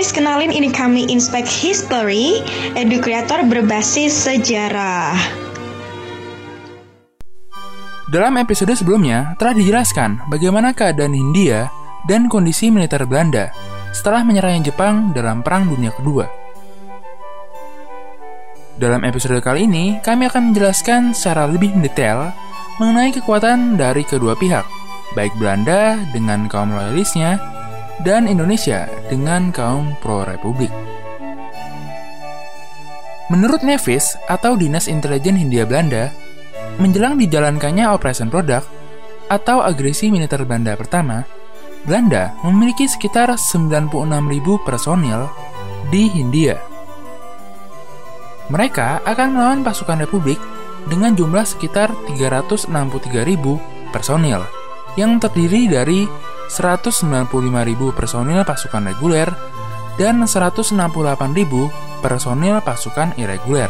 guys, kenalin ini kami Inspect History, edukreator berbasis sejarah. Dalam episode sebelumnya telah dijelaskan bagaimana keadaan Hindia dan kondisi militer Belanda setelah menyerahnya Jepang dalam Perang Dunia Kedua. Dalam episode kali ini, kami akan menjelaskan secara lebih mendetail mengenai kekuatan dari kedua pihak, baik Belanda dengan kaum loyalisnya dan Indonesia dengan kaum pro-republik. Menurut Nevis atau Dinas Intelijen Hindia Belanda, menjelang dijalankannya Operation Product atau agresi militer Belanda pertama, Belanda memiliki sekitar 96.000 personil di Hindia. Mereka akan melawan pasukan Republik dengan jumlah sekitar 363.000 personil yang terdiri dari 195.000 personil pasukan reguler dan 168.000 personil pasukan irreguler.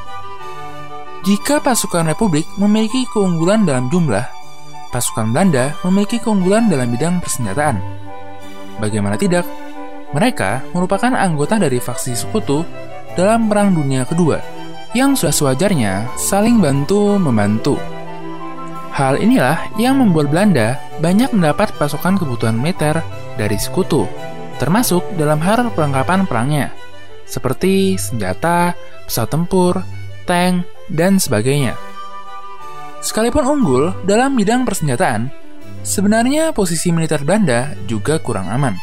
Jika pasukan Republik memiliki keunggulan dalam jumlah, pasukan Belanda memiliki keunggulan dalam bidang persenjataan. Bagaimana tidak, mereka merupakan anggota dari faksi sekutu dalam Perang Dunia Kedua yang sudah sewajarnya saling bantu-membantu. Hal inilah yang membuat Belanda banyak mendapat pasokan kebutuhan militer dari sekutu, termasuk dalam hal perlengkapan perangnya, seperti senjata, pesawat tempur, tank, dan sebagainya. Sekalipun unggul dalam bidang persenjataan, sebenarnya posisi militer Belanda juga kurang aman.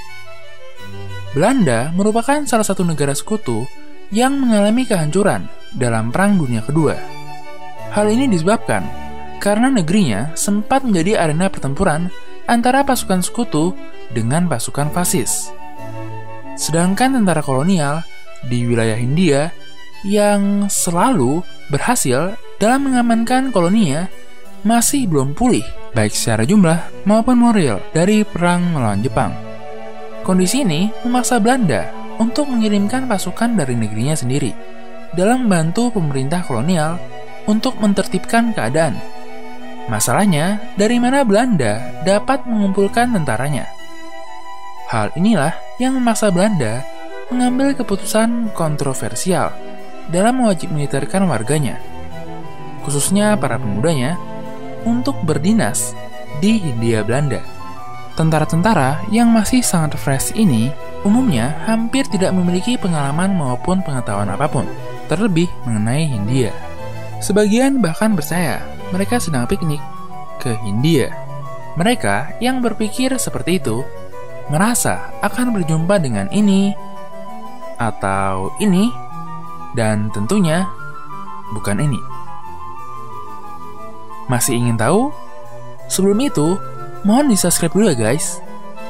Belanda merupakan salah satu negara sekutu yang mengalami kehancuran dalam Perang Dunia Kedua. Hal ini disebabkan karena negerinya sempat menjadi arena pertempuran antara pasukan sekutu dengan pasukan fasis. Sedangkan tentara kolonial di wilayah Hindia yang selalu berhasil dalam mengamankan koloninya masih belum pulih, baik secara jumlah maupun moral dari perang melawan Jepang. Kondisi ini memaksa Belanda untuk mengirimkan pasukan dari negerinya sendiri dalam membantu pemerintah kolonial untuk menertibkan keadaan. Masalahnya, dari mana Belanda dapat mengumpulkan tentaranya? Hal inilah yang memaksa Belanda mengambil keputusan kontroversial dalam mewajib militerkan warganya, khususnya para pemudanya, untuk berdinas di Hindia Belanda. Tentara-tentara yang masih sangat fresh ini umumnya hampir tidak memiliki pengalaman maupun pengetahuan apapun, terlebih mengenai Hindia. Sebagian bahkan percaya mereka sedang piknik ke Hindia. Mereka yang berpikir seperti itu merasa akan berjumpa dengan ini atau ini, dan tentunya bukan ini. Masih ingin tahu? Sebelum itu, mohon di-subscribe dulu ya guys.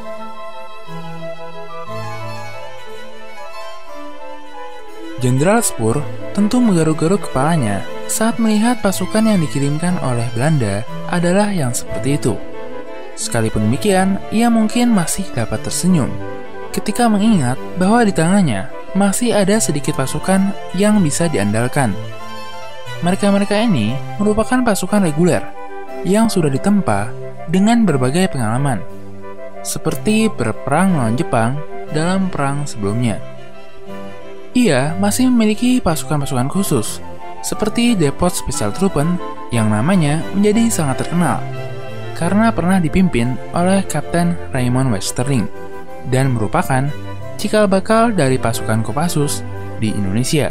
Jenderal Spur tentu menggaruk-garuk kepalanya saat melihat pasukan yang dikirimkan oleh Belanda adalah yang seperti itu. Sekalipun demikian, ia mungkin masih dapat tersenyum ketika mengingat bahwa di tangannya masih ada sedikit pasukan yang bisa diandalkan. Mereka-mereka ini merupakan pasukan reguler yang sudah ditempa dengan berbagai pengalaman, seperti berperang melawan Jepang dalam perang sebelumnya. Ia masih memiliki pasukan-pasukan khusus, seperti Depot Special Truppen yang namanya menjadi sangat terkenal karena pernah dipimpin oleh Kapten Raymond Westerling dan merupakan cikal bakal dari pasukan Kopassus di Indonesia.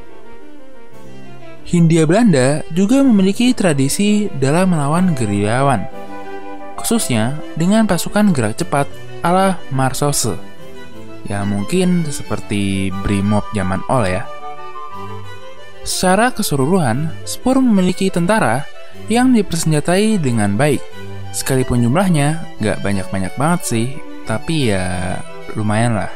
Hindia Belanda juga memiliki tradisi dalam melawan gerilyawan, khususnya dengan pasukan gerak cepat ala Marsos. Ya mungkin seperti Brimob zaman ol ya. Secara keseluruhan, Spur memiliki tentara yang dipersenjatai dengan baik. Sekalipun jumlahnya nggak banyak-banyak banget sih, tapi ya lumayan lah.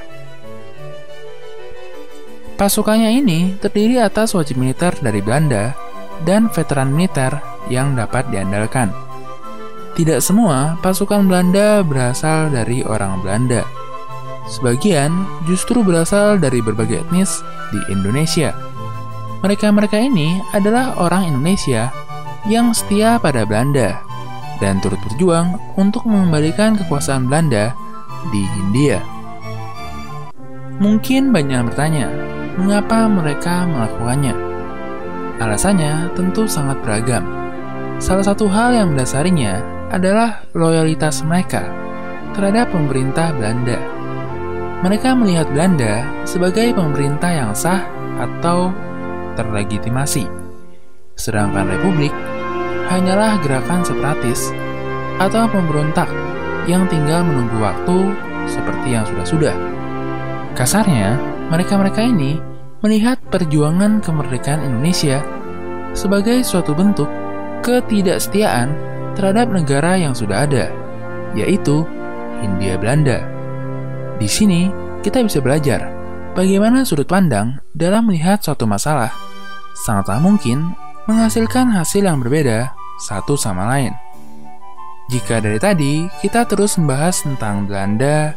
Pasukannya ini terdiri atas wajib militer dari Belanda dan veteran militer yang dapat diandalkan. Tidak semua pasukan Belanda berasal dari orang Belanda. Sebagian justru berasal dari berbagai etnis di Indonesia. Mereka-mereka ini adalah orang Indonesia yang setia pada Belanda dan turut berjuang untuk mengembalikan kekuasaan Belanda di Hindia. Mungkin banyak yang bertanya, mengapa mereka melakukannya? Alasannya tentu sangat beragam. Salah satu hal yang mendasarinya adalah loyalitas mereka terhadap pemerintah Belanda. Mereka melihat Belanda sebagai pemerintah yang sah atau terlegitimasi, sedangkan Republik hanyalah gerakan separatis atau pemberontak yang tinggal menunggu waktu seperti yang sudah-sudah. Kasarnya, mereka-mereka ini melihat perjuangan kemerdekaan Indonesia sebagai suatu bentuk ketidaksetiaan terhadap negara yang sudah ada, yaitu Hindia Belanda. Di sini, kita bisa belajar bagaimana sudut pandang dalam melihat suatu masalah sangatlah mungkin menghasilkan hasil yang berbeda satu sama lain. Jika dari tadi kita terus membahas tentang Belanda,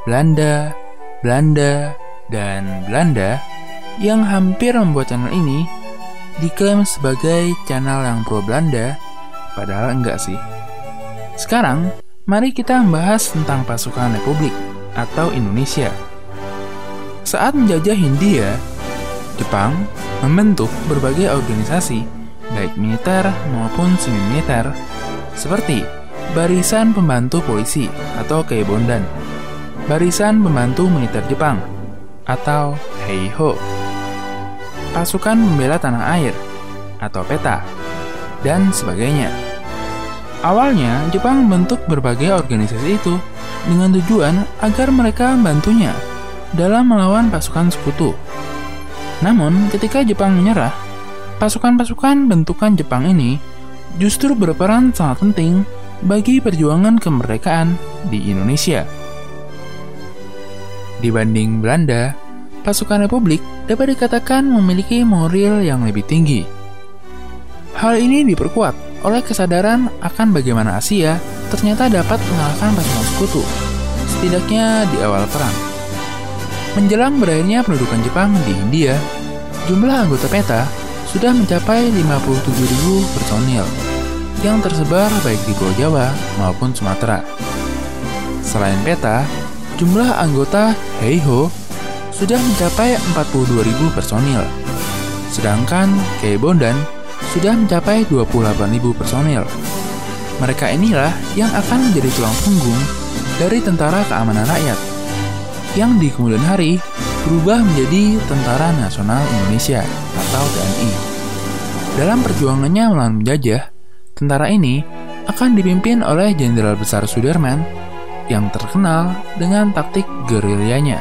dan Belanda yang hampir membuat channel ini diklaim sebagai channel yang pro Belanda, padahal enggak sih. Sekarang, mari kita membahas tentang pasukan Republik atau Indonesia. Saat menjajah Hindia, Jepang membentuk berbagai organisasi, baik militer maupun semi-militer, seperti Barisan Pembantu Polisi atau Keibondan, Barisan Pembantu Militer Jepang atau Heiho, Pasukan Pembela Tanah Air atau PETA, dan sebagainya. Awalnya, Jepang membentuk berbagai organisasi itu dengan tujuan agar mereka membantunya dalam melawan pasukan sekutu. Namun, ketika Jepang menyerah, pasukan-pasukan bentukan Jepang ini justru berperan sangat penting bagi perjuangan kemerdekaan di Indonesia. Dibanding Belanda, pasukan Republik dapat dikatakan memiliki moral yang lebih tinggi. Hal ini diperkuat oleh kesadaran akan bagaimana Asia ternyata dapat mengalahkan pasukan sekutu, setidaknya di awal perang. Menjelang berakhirnya pendudukan Jepang di Hindia, jumlah anggota PETA sudah mencapai 57.000 personil yang tersebar baik di Pulau Jawa maupun Sumatera. Selain PETA, jumlah anggota Heiho sudah mencapai 42.000 personil, sedangkan Keibondan sudah mencapai 28.000 personil. Mereka inilah yang akan menjadi tulang punggung dari Tentara Keamanan Rakyat, yang di kemudian hari berubah menjadi Tentara Nasional Indonesia atau TNI. Dalam perjuangannya melawan penjajah, tentara ini akan dipimpin oleh Jenderal Besar Sudirman yang terkenal dengan taktik gerilyanya.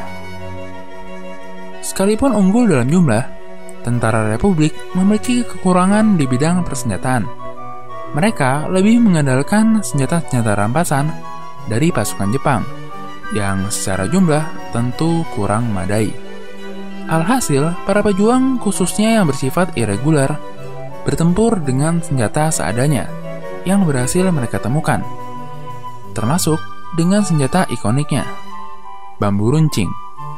Sekalipun unggul dalam jumlah, tentara Republik memiliki kekurangan di bidang persenjataan. Mereka lebih mengandalkan senjata-senjata rampasan dari pasukan Jepang, yang secara jumlah tentu kurang memadai. Alhasil, para pejuang khususnya yang bersifat irregular bertempur dengan senjata seadanya yang berhasil mereka temukan, termasuk dengan senjata ikoniknya, bambu runcing.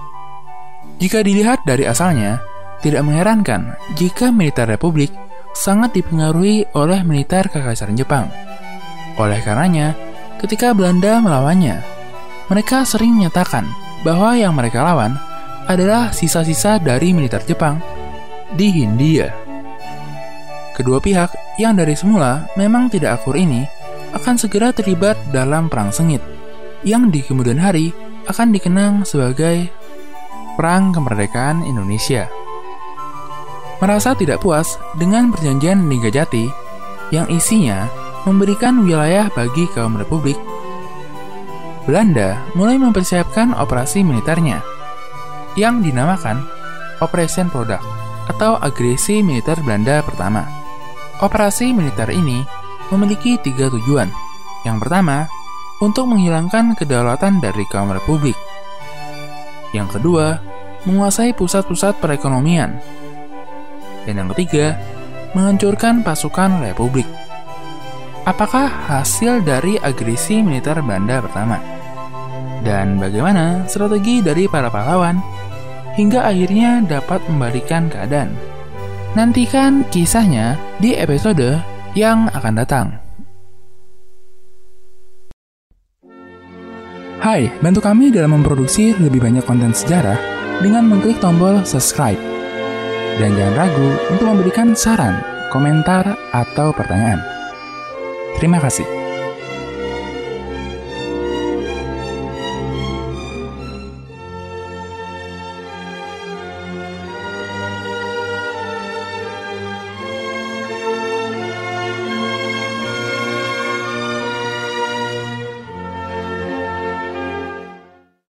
Jika dilihat dari asalnya, tidak mengherankan jika militer Republik sangat dipengaruhi oleh militer Kekaisaran Jepang. Oleh karenanya, ketika Belanda melawannya, mereka sering menyatakan bahwa yang mereka lawan adalah sisa-sisa dari militer Jepang di Hindia. Kedua pihak yang dari semula memang tidak akur ini akan segera terlibat dalam perang sengit, yang di kemudian hari akan dikenang sebagai Perang Kemerdekaan Indonesia. Merasa tidak puas dengan perjanjian Linggarjati yang isinya memberikan wilayah bagi kaum Republik, Belanda mulai mempersiapkan operasi militernya yang dinamakan Operation Product atau agresi militer Belanda pertama. Operasi militer ini memiliki 3 tujuan. Yang pertama, untuk menghilangkan kedaulatan dari kaum Republik. Yang kedua, menguasai pusat-pusat perekonomian. Dan yang ketiga, menghancurkan pasukan Republik. Apakah hasil dari agresi militer Belanda pertama? Dan bagaimana strategi dari para pahlawan hingga akhirnya dapat membalikan keadaan? Nantikan kisahnya di episode yang akan datang. Hai, bantu kami dalam memproduksi lebih banyak konten sejarah dengan mengklik tombol subscribe. Dan jangan ragu untuk memberikan saran, komentar, atau pertanyaan. Terima kasih.